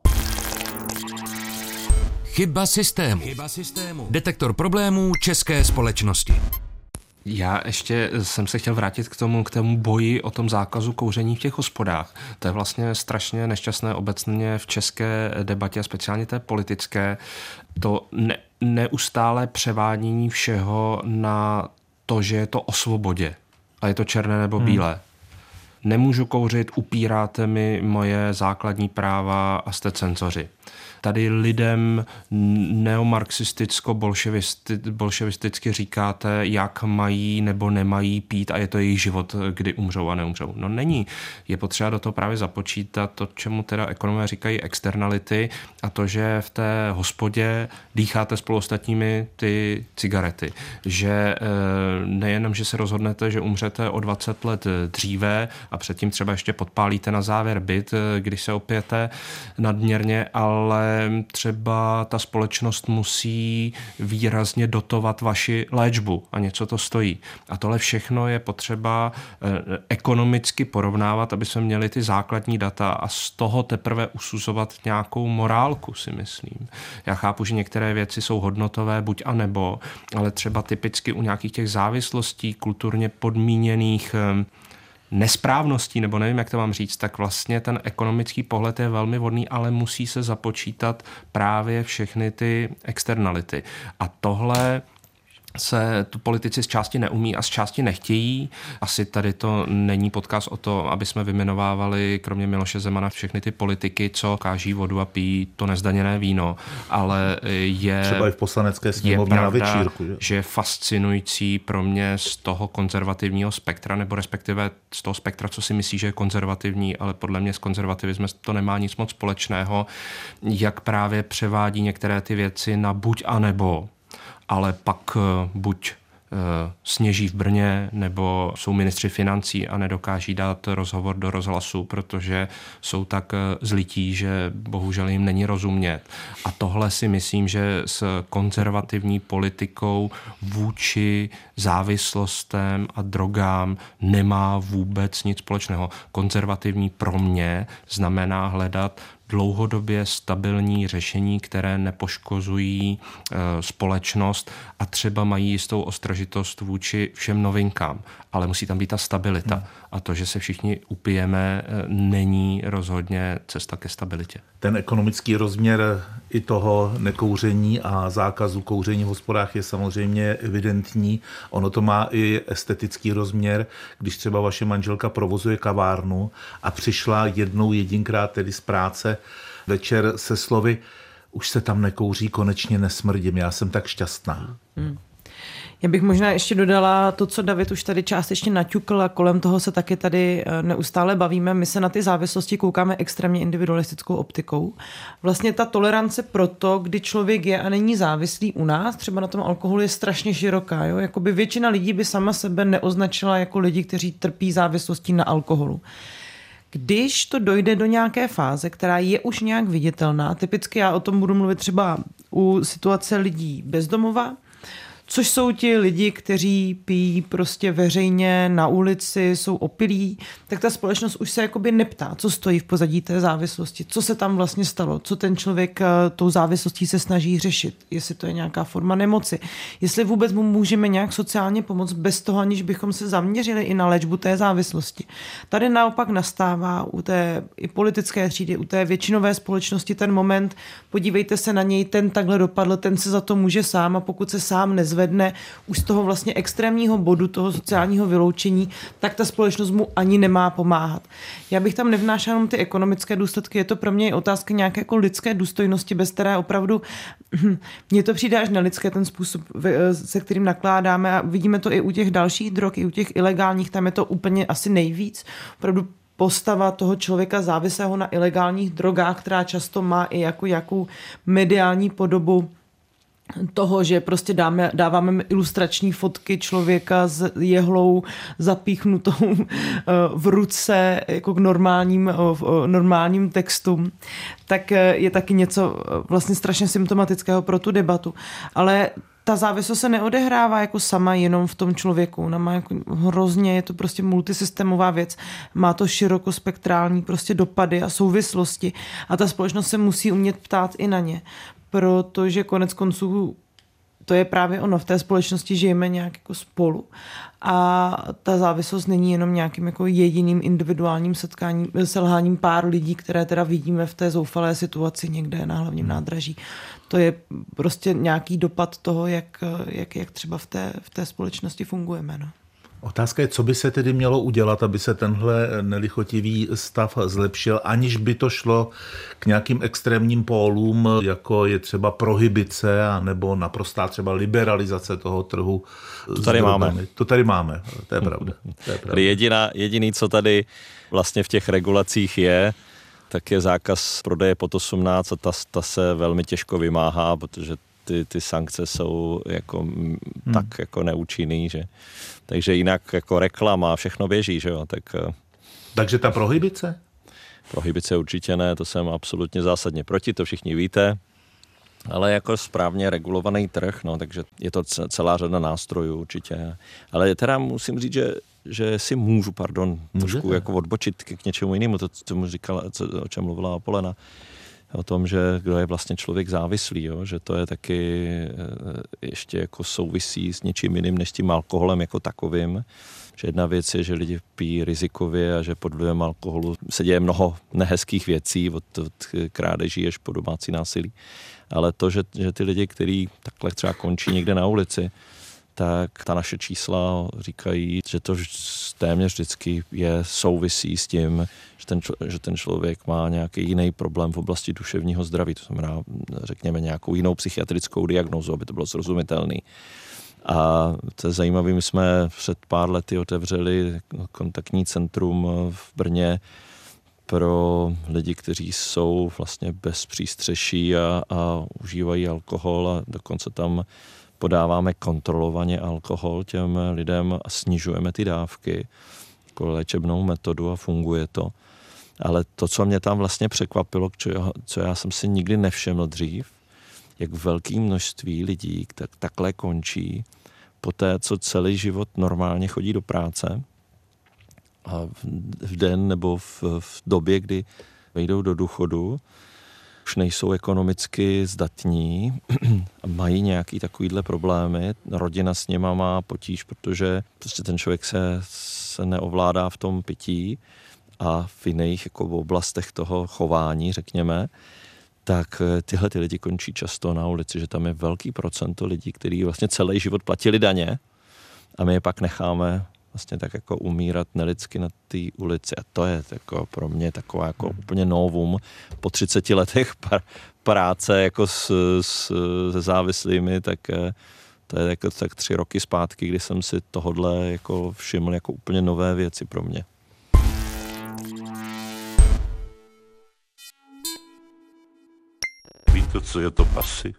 Speaker 7: Chyba systému. Chyba systému. Detektor problémů české společnosti.
Speaker 11: Já ještě jsem se chtěl vrátit k tomu, k tomu boji o tom zákazu kouření v těch hospodách. To je vlastně strašně nešťastné obecně v české debatě, speciálně té politické, to ne, neustálé převádění všeho na to, že je to o svobodě. A je to černé nebo bílé. Hmm. Nemůžu kouřit, upíráte mi moje základní práva a jste cenzoři. Tady lidem neomarxisticko-bolševisticky říkáte, jak mají nebo nemají pít a je to jejich život, kdy umřou a neumřou. No není. Je potřeba do toho právě započítat to, čemu teda ekonomové říkají externality, a to, že v té hospodě dýcháte spolu ostatními ty cigarety. Že nejenom, že se rozhodnete, že umřete o dvacet let dříve a předtím třeba ještě podpálíte na závěr byt, když se opijete nadměrně, ale třeba ta společnost musí výrazně dotovat vaši léčbu a něco to stojí. A tohle všechno je potřeba ekonomicky porovnávat, aby jsme měli ty základní data a z toho teprve usuzovat nějakou morálku, si myslím. Já chápu, že některé věci jsou hodnotové, buď a nebo, ale třeba typicky u nějakých těch závislostí kulturně podmíněných nesprávností, nebo nevím, jak to mám říct, tak vlastně ten ekonomický pohled je velmi vhodný, ale musí se započítat právě všechny ty externality. A tohle se tu politici z části neumí a z části nechtějí. Asi tady to není podcast o to, aby jsme vyjmenovávali kromě Miloše Zemana všechny ty politiky, co káží vodu a pijí to nezdaněné víno, ale je
Speaker 8: třeba i v poslanecké sněmovně na večírku. Že?
Speaker 11: že je fascinující pro mě z toho konzervativního spektra, nebo respektive z toho spektra, co si myslí, že je konzervativní, ale podle mě s konzervativismem to nemá nic moc společného, jak právě převádí některé ty věci na buď a nebo, ale pak buď sněží v Brně, nebo jsou ministři financí a nedokáží dát rozhovor do rozhlasu, protože jsou tak zlití, že bohužel jim není rozumět. A tohle si myslím, že s konzervativní politikou vůči závislostem a drogám nemá vůbec nic společného. Konzervativní pro mě znamená hledat dlouhodobě stabilní řešení, které nepoškozují e, společnost a třeba mají jistou ostražitost vůči všem novinkám, ale musí tam být ta stabilita. Hmm. A to, že se všichni upijeme, e, není rozhodně cesta ke stabilitě.
Speaker 8: Ten ekonomický rozměr i toho nekouření a zákazu kouření v hospodách je samozřejmě evidentní. Ono to má i estetický rozměr, když třeba vaše manželka provozuje kavárnu a přišla jednou jedinkrát tedy z práce večer se slovy: už se tam nekouří, konečně nesmrdím, já jsem tak šťastná. Hmm.
Speaker 10: Já bych možná ještě dodala to, co David už tady částečně naťukl a kolem toho se taky tady neustále bavíme. My se na ty závislosti koukáme extrémně individualistickou optikou. Vlastně ta tolerance pro to, kdy člověk je a není závislý u nás, třeba na tom alkoholu, je strašně široká. Jo? Jakoby většina lidí by sama sebe neoznačila jako lidi, kteří trpí závislostí na alkoholu. Když to dojde do nějaké fáze, která je už nějak viditelná, typicky já o tom budu mluvit třeba u situace lidí bezdomova, což jsou ti lidi, kteří pijí prostě veřejně na ulici, jsou opilí, tak ta společnost už se jakoby neptá, co stojí v pozadí té závislosti, co se tam vlastně stalo, co ten člověk tou závislostí se snaží řešit, jestli to je nějaká forma nemoci, jestli vůbec mu můžeme nějak sociálně pomoct bez toho, aniž bychom se zaměřili i na léčbu té závislosti. Tady naopak nastává u té i politické třídy, u té většinové společnosti ten moment, podívejte se na něj, ten takhle dopadl, ten se za to může sám, a pokud se sám nezvedne už z toho vlastně extrémního bodu, toho sociálního vyloučení, tak ta společnost mu ani nemá pomáhat. Já bych tam nevnášela jenom ty ekonomické důsledky, je to pro mě i otázka nějaké jako lidské důstojnosti, bez které opravdu mně to přijde až nelidské, ten způsob, se kterým nakládáme, a vidíme to i u těch dalších drog, i u těch ilegálních, tam je to úplně asi nejvíc. Opravdu postava toho člověka závislého na ilegálních drogách, která často má i jako jakou mediální podobu toho, že prostě dáme, dáváme ilustrační fotky člověka s jehlou zapíchnutou v ruce jako k normálním, normálním textům, tak je taky něco vlastně strašně symptomatického pro tu debatu. Ale ta závislost se neodehrává jako sama jenom v tom člověku. Ona má jako hrozně, je to prostě multisystémová věc. Má to širokospektrální prostě dopady a souvislosti. A ta společnost se musí umět ptát i na ně. Protože konec konců to je právě ono, v té společnosti žijeme nějak jako spolu a ta závislost není jenom nějakým jako jediným individuálním setkáním, selháním pár lidí, které teda vidíme v té zoufalé situaci někde na hlavním nádraží. To je prostě nějaký dopad toho, jak, jak, jak třeba v té, v té společnosti fungujeme. No.
Speaker 8: Otázka je, co by se tedy mělo udělat, aby se tenhle nelichotivý stav zlepšil, aniž by to šlo k nějakým extrémním pólům, jako je třeba prohibice, nebo naprostá třeba liberalizace toho trhu.
Speaker 9: To tady máme.
Speaker 8: To tady máme, to je pravda. To je pravda.
Speaker 9: Jediná, jediný, co tady vlastně v těch regulacích je, tak je zákaz prodeje pod osmnáct a ta, ta se velmi těžko vymáhá, protože ty, ty sankce jsou jako hmm. tak jako neúčinný, že takže jinak jako reklama, všechno běží, že jo, tak...
Speaker 8: Takže ta prohibice?
Speaker 9: Prohibice určitě ne, to jsem absolutně zásadně proti, to všichni víte, ale jako správně regulovaný trh, no, takže je to celá řada nástrojů určitě, ale teda musím říct, že že si můžu, pardon, trošku jako odbočit k něčemu jinému, to, co mu říkala, co, o čem mluvila Apolena, o tom, že kdo je vlastně člověk závislý, jo? Že to je taky ještě jako souvisí s něčím jiným než tím alkoholem jako takovým. Že jedna věc je, že lidi pijí rizikově a že pod vlivem alkoholu se děje mnoho nehezkých věcí, od, od krádeží až po domácí násilí. Ale to, že, že ty lidi, kteří takhle třeba končí někde na ulici, tak ta naše čísla říkají, že to téměř vždycky je souvisí s tím, že ten, že ten člověk má nějaký jiný problém v oblasti duševního zdraví, to znamená, řekněme, nějakou jinou psychiatrickou diagnózu, aby to bylo srozumitelné. A to je zajímavé, my jsme před pár lety otevřeli kontaktní centrum v Brně pro lidi, kteří jsou vlastně bez přístřeší a, a užívají alkohol a dokonce tam podáváme kontrolovaně alkohol těm lidem a snižujeme ty dávky jako léčebnou metodu a funguje to. Ale to, co mě tam vlastně překvapilo, co já jsem si nikdy nevšiml dřív, jak velké množství lidí tak, takhle končí po té, co celý život normálně chodí do práce a v den nebo v, v době, kdy vejdou do důchodu, už nejsou ekonomicky zdatní a mají nějaký takovýhle problémy. Rodina s nima má potíž, protože prostě ten člověk se, se neovládá v tom pití a v jiných jako v oblastech toho chování, řekněme, tak tyhle ty lidi končí často na ulici, že tam je velký procento lidí, kteří vlastně celý život platili daně a my je pak necháme vlastně tak jako umírat nelidsky na té ulici. A to je jako pro mě taková jako úplně novum po třiceti letech práce jako s, s, se závislými, tak to je jako tak tři roky zpátky, kdy jsem si tohodle jako všiml jako úplně nové věci pro mě.
Speaker 3: Víte, co je to pasy?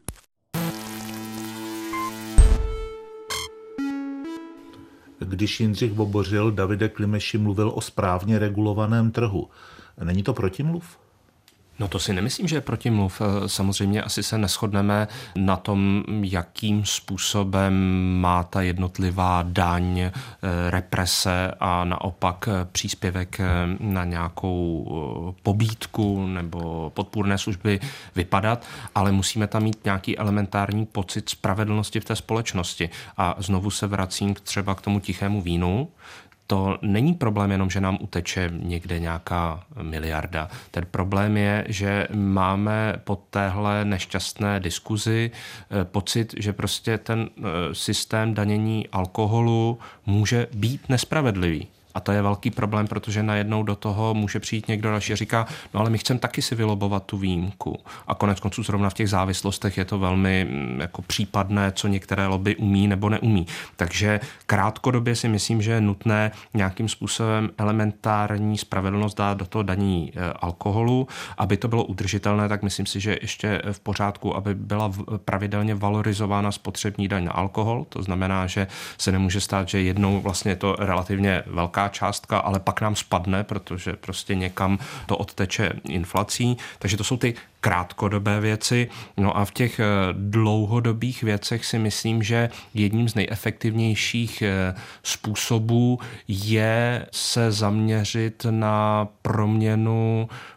Speaker 8: Když Jindřich Vobořil, Davide Klimeši mluvil o správně regulovaném trhu. Není to protimluv?
Speaker 11: No to si nemyslím, že je protimluv. Samozřejmě asi se neshodneme na tom, jakým způsobem má ta jednotlivá daň, represe a naopak příspěvek na nějakou pobídku nebo podpůrné služby vypadat, ale musíme tam mít nějaký elementární pocit spravedlnosti v té společnosti. A znovu se vracím třeba k tomu tichému vínu. To není problém jenom, že nám uteče někde nějaká miliarda. Ten problém je, že máme po téhle nešťastné diskuzi pocit, že prostě ten systém danění alkoholu může být nespravedlivý. A to je velký problém, protože najednou do toho může přijít někdo další a říká, no ale my chceme taky si vylobovat tu výjimku. A konec konců zrovna v těch závislostech je to velmi jako případné, co některé lobby umí nebo neumí. Takže krátkodobě si myslím, že je nutné nějakým způsobem elementární spravedlnost dát do toho daní alkoholu. Aby to bylo udržitelné, tak myslím si, že ještě v pořádku, aby byla pravidelně valorizována spotřební daň na alkohol. To znamená, že se nemůže stát, že jednou vlastně je to relativně velká částka, ale pak nám spadne, protože prostě někam to odteče inflací. Takže to jsou ty krátkodobé věci. No a v těch dlouhodobých věcech si myslím, že jedním z nejefektivnějších způsobů je se zaměřit na proměnu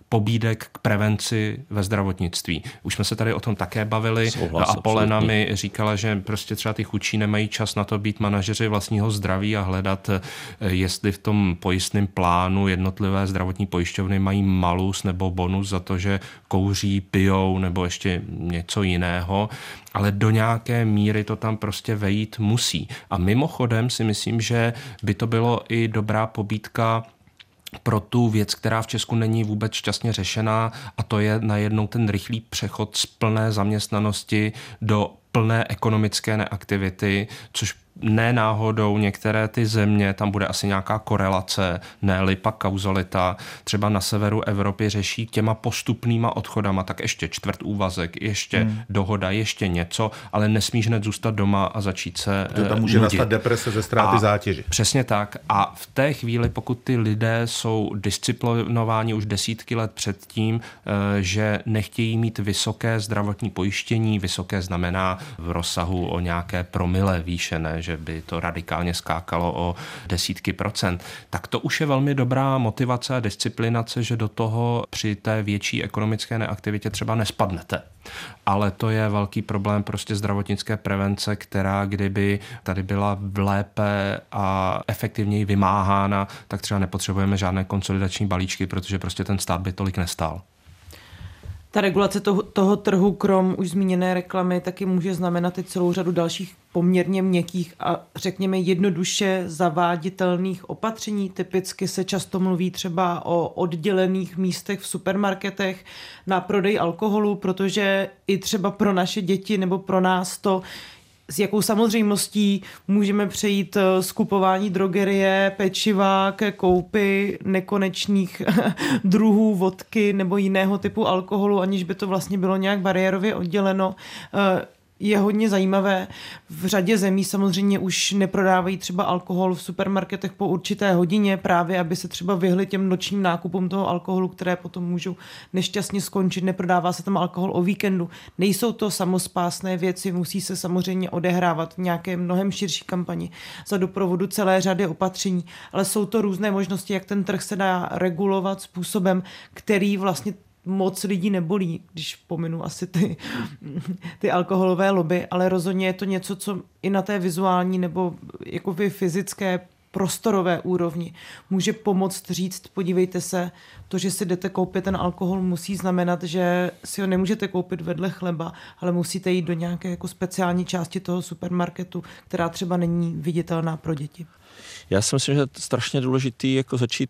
Speaker 11: pobídek k prevenci ve zdravotnictví. Už jsme se tady o tom také bavili.
Speaker 9: Souhlas,
Speaker 11: a Polena
Speaker 9: absolutně.
Speaker 11: mi říkala, že prostě třeba ty chudší nemají čas na to být manažeři vlastního zdraví a hledat, jestli v tom pojistném plánu jednotlivé zdravotní pojišťovny mají malus nebo bonus za to, že kouří, pijou nebo ještě něco jiného, ale do nějaké míry to tam prostě vejít musí. A mimochodem si myslím, že by to bylo i dobrá pobídka pro tu věc, která v Česku není vůbec šťastně řešená, a to je najednou ten rychlý přechod z plné zaměstnanosti do plné ekonomické neaktivity, což ne náhodou některé ty země, tam bude asi nějaká korelace, ne-li pak kauzalita. Třeba na severu Evropy řeší těma postupnýma odchodama, tak ještě čtvrt úvazek, ještě hmm. dohoda, ještě něco, ale nesmíš hned zůstat doma a začít se
Speaker 8: To tam může
Speaker 11: nudit.
Speaker 8: nastat deprese ze ztráty
Speaker 11: a
Speaker 8: zátěže.
Speaker 11: Přesně tak. A v té chvíli, pokud ty lidé jsou disciplinováni už desítky let předtím, že nechtějí mít vysoké zdravotní pojištění, vysoké znamená v rozsahu o nějaké promile výšené, že by to radikálně skákalo o desítky procent, tak to už je velmi dobrá motivace a disciplinace, že do toho při té větší ekonomické neaktivitě třeba nespadnete. Ale to je velký problém prostě zdravotnické prevence, která kdyby tady byla lépe a efektivněji vymáhána, tak třeba nepotřebujeme žádné konsolidační balíčky, protože prostě ten stát by tolik nestál.
Speaker 10: Ta regulace toho, toho trhu, krom už zmíněné reklamy, taky může znamenat i celou řadu dalších poměrně měkkých a řekněme jednoduše zaváditelných opatření. Typicky se často mluví třeba o oddělených místech v supermarketech na prodej alkoholu, protože i třeba pro naše děti nebo pro nás to s jakou samozřejmostí můžeme přejít z kupování drogerie, pečiva ke koupi nekonečných druhů vodky nebo jiného typu alkoholu, aniž by to vlastně bylo nějak bariérově odděleno. Je hodně zajímavé. V řadě zemí samozřejmě už neprodávají třeba alkohol v supermarketech po určité hodině, právě aby se třeba vyhli těm nočním nákupům toho alkoholu, které potom můžou nešťastně skončit. Neprodává se tam alkohol o víkendu. Nejsou to samospásné věci, musí se samozřejmě odehrávat v nějaké mnohem širší kampani za doprovodu celé řady opatření, ale jsou to různé možnosti, jak ten trh se dá regulovat způsobem, který vlastně moc lidí nebolí, když pominu asi ty, ty alkoholové lobby, ale rozhodně je to něco, co i na té vizuální nebo jakoby fyzické prostorové úrovni může pomoct říct, podívejte se, to, že si jdete koupit ten alkohol, musí znamenat, že si ho nemůžete koupit vedle chleba, ale musíte jít do nějaké jako speciální části toho supermarketu, která třeba není viditelná pro děti.
Speaker 9: Já si myslím, že je strašně důležitý jako začít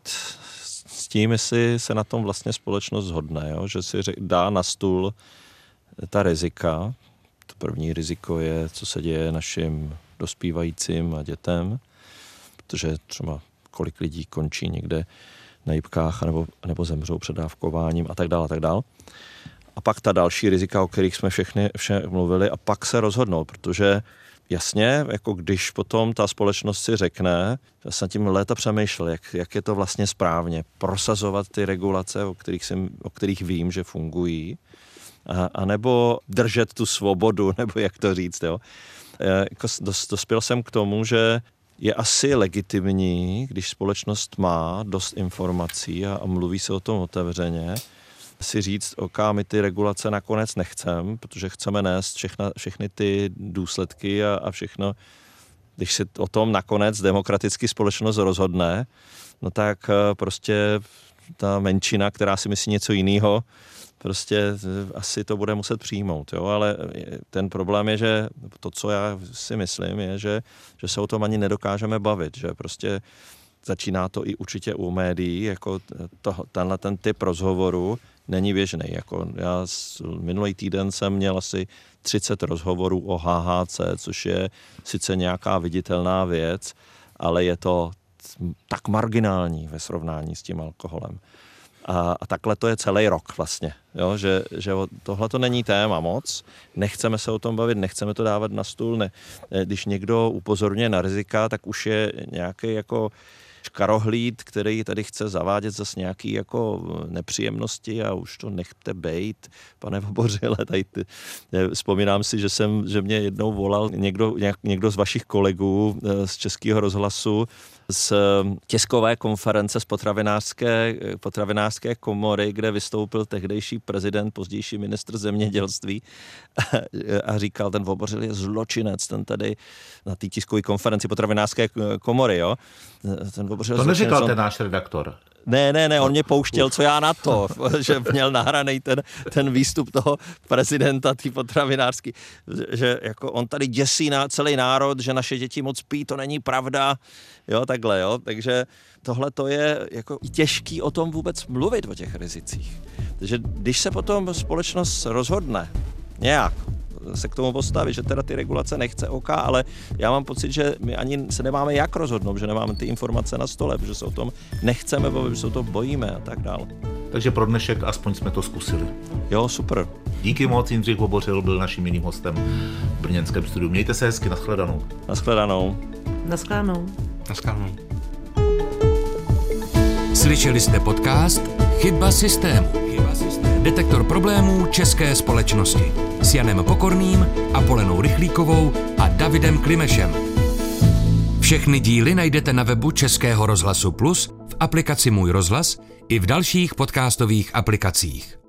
Speaker 9: s tím, jestli se na tom vlastně společnost shodne, jo? Že si dá na stůl ta rizika. To první riziko je, co se děje našim dospívajícím a dětem, protože třeba kolik lidí končí někde na jipkách nebo, nebo zemřou předávkováním a tak dále a tak dále. A pak ta další rizika, o kterých jsme všechny vše mluvili, a pak se rozhodnou, protože jasně, jako když potom ta společnost si řekne, já jsem tím léta přemýšlel, jak, jak je to vlastně správně, prosazovat ty regulace, o kterých, jsem, o kterých vím, že fungují, a, a nebo držet tu svobodu, nebo jak to říct. Jo. Jako dos, dospěl jsem k tomu, že je asi legitimní, když společnost má dost informací a, a mluví se o tom otevřeně, si říct, ok, my ty regulace nakonec nechcem, protože chceme nést všechna, všechny ty důsledky a, a všechno. Když si o tom nakonec demokraticky společnost rozhodne, no tak prostě ta menšina, která si myslí něco jiného, prostě asi to bude muset přijmout. Jo? Ale ten problém je, že to, co já si myslím, je, že, že se o tom ani nedokážeme bavit, že prostě začíná to i určitě u médií, jako to, tenhle ten typ rozhovoru není běžný. Jako já minulý týden jsem měl asi třicet rozhovorů o H H C, což je sice nějaká viditelná věc, ale je to tak marginální ve srovnání s tím alkoholem. A, a takhle to je celý rok vlastně, jo? Že, že tohle to není téma moc, nechceme se o tom bavit, nechceme to dávat na stůl, ne. Když někdo upozorňuje na rizika, tak už je nějaký jako škarohlíd, který tady chce zavádět zase nějaký jako nepříjemnosti a už to nechte bejt, pane Vobořile, tady ty, vzpomínám si, že jsem, že mě jednou volal někdo, nějak, někdo z vašich kolegů z Českého rozhlasu z tiskové konference z potravinářské, potravinářské komory, kde vystoupil tehdejší prezident, pozdější ministr zemědělství a říkal, ten Vobořil je zločinec, ten tady na té tiskové konferenci potravinářské komory, jo. Ten
Speaker 8: to neříkal on... ten náš redaktor.
Speaker 9: Ne, ne, ne, on mě pouštěl, co já na to, že měl nahranej ten, ten výstup toho prezidenta, tý potravinářský, že jako on tady děsí na celý národ, že naše děti moc pí, to není pravda, jo, takhle, jo, takže tohle to je jako těžký o tom vůbec mluvit, o těch rizicích. Takže když se potom společnost rozhodne nějak se k tomu postavit, že teda ty regulace nechce OK, ale já mám pocit, že my ani se nemáme jak rozhodnout, že nemáme ty informace na stole, protože se o tom nechceme bavit, že se o to bojíme a tak dál.
Speaker 8: Takže pro dnešek aspoň jsme to zkusili.
Speaker 9: Jo, super.
Speaker 8: Díky moc, Jindřich Vobořil byl naším jiným hostem v brněnském studiu. Mějte se hezky, nashledanou.
Speaker 9: Nashledanou.
Speaker 10: Nashledanou.
Speaker 11: Nashledanou.
Speaker 7: Slyšeli jste podcast Chyba systému. Detektor problémů české společnosti s Janem Pokorným, Apolenou Rychlíkovou a Davidem Klimešem. Všechny díly najdete na webu Českého rozhlasu Plus, v aplikaci Můj rozhlas i v dalších podcastových aplikacích.